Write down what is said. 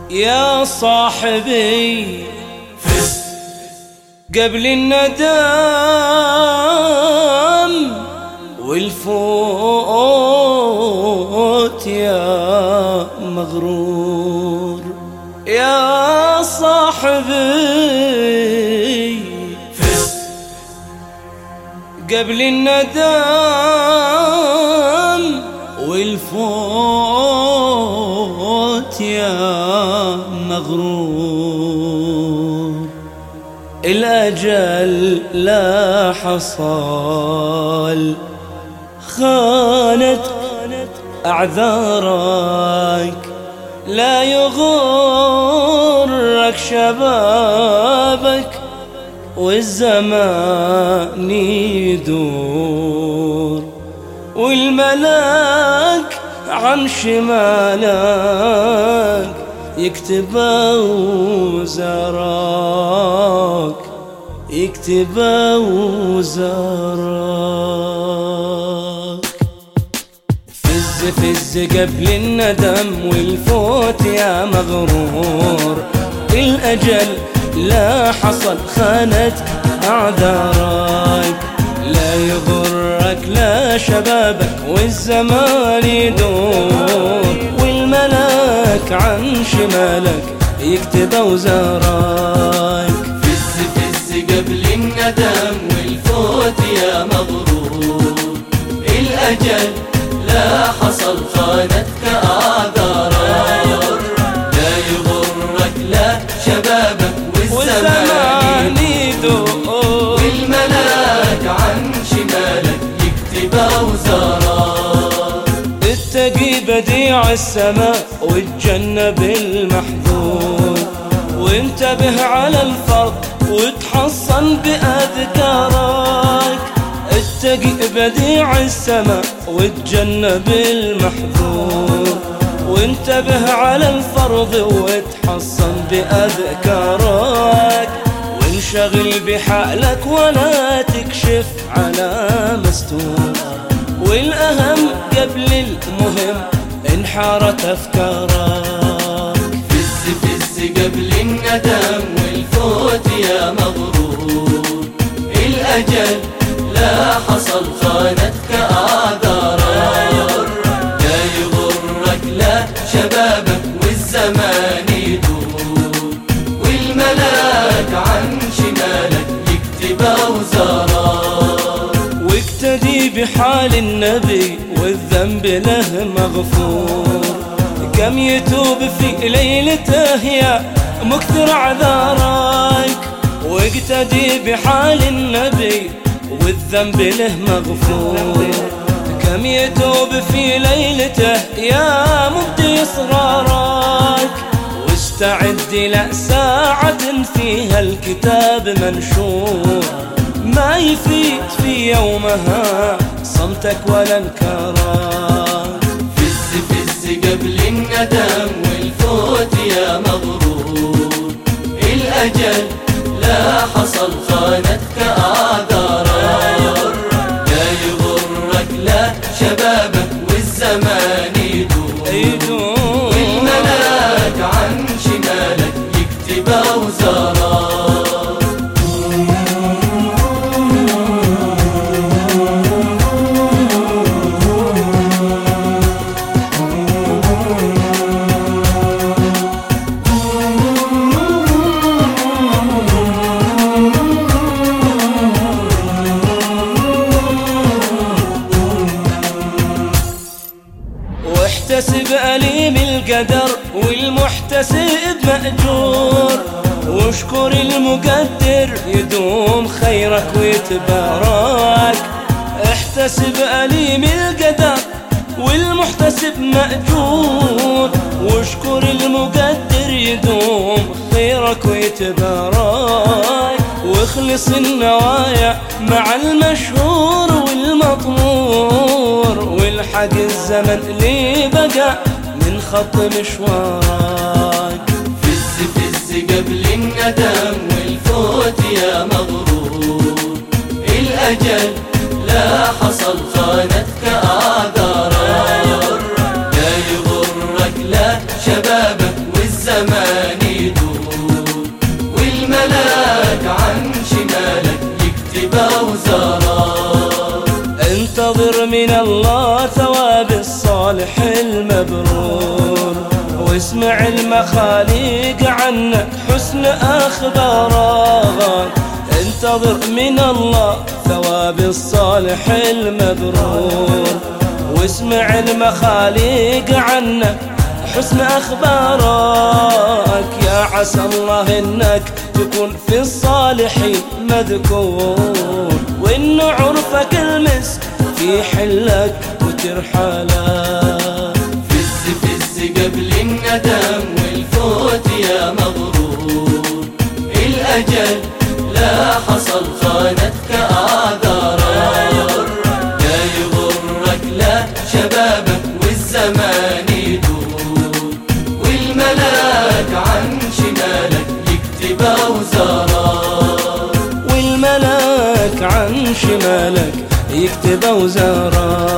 يا صاحبي فز قبل الندم والفوت يا مغرور. يا صاحبي فز قبل الندم والفوت يا مغرور. الأجل لا حصل خانت أعذارك، لا يغرك شبابك والزمان يدور، والملاك عن شمالك يكتب وزارك، يكتب وزارك. فز فز قبل الندم والفوت يا مغرور. الأجل لا حصل خانت أعذارك، لا يغرك لا شبابك والزمان يدور، والملاك عن شمالك يكتب وزارك. فز فز قبل الندم والفوت يا مغرور. الأجل لا حصل خانتك أعذارك، لا يغرك لا شبابك والزمان يدور، والملاك عن شمالك يكتب أوزارك. اتقي بديع السماء وتجنب المحذور، وانتبه على الفرض وتحصن بأذكارك. اتقي بديع السماء وتجنب المحذور، وانتبه على الفرض وتحصن بأذكارك. وانشغل بحالك ولا تكشف على مستور، والأهم قبل المهم انحارت أفكارك. فز فز قبل الندم والفوت يا مغرور. الأجل لا حصل خانتك أعذارك، لا يغرك لا شبابك والزمان يدور، والملاك عن شمالك يكتب أوزارك. واقتدي بحال النبي والذنب له مغفور، كم يتوب في ليلته يا مكثر اعذارك. واقتدي بحال النبي والذنب له مغفور، كم يتوب في ليلته يا مبدي إصرارك. واستعد لساعة فيها الكتاب منشور، ما يفيد في يومها صمتك ولا انكارك. فز فز قبل الندم والفوت يا مغرور. الأجل لا حصل خانتك أعذارك، لا يغرك لا شبابك والزمان يدور، والملاك عن شمالك يكتب أوزارك. واحتسب أليم القدر والمحتسب مأجور، واشكر المقدر يدوم خيرك ويتبارك. احتسب أليم القدر والمحتسب مأجور، واشكر المقدر يدوم خيرك ويتبارك. واخلص النوايا مع المشهور والمطمور، والحق الزمن اللي بقى من خط مشوارك. فز فز قبل الندم والفوت يا مغرور. الأجل لا حصل خانتك أعذارك، لا يغرك لا شبابك والزمن والزمان يدور، والملاك عن شمالك يكتب أوزارك. انتظر من الله ثواب الصالح المبرور، واسمع المخاليق عنك حسن أخبارك. انتظر من الله ثواب الصالح المبرور، واسمع المخاليق عنك حسن أخبارك. يا عسى الله إنك تكون في الصالحين مذكور، وإن عرفك المسك في حلك وترحلك. فز فز قبل الندم والفوت يا مغرور، الأجل لا حصل خانتك أعذارك. لا يغرك لا شبابك والزمان يدور، والملاك عن شمالك يكتب أوزارك. والملاك عن شمالك يكتب أوزارك.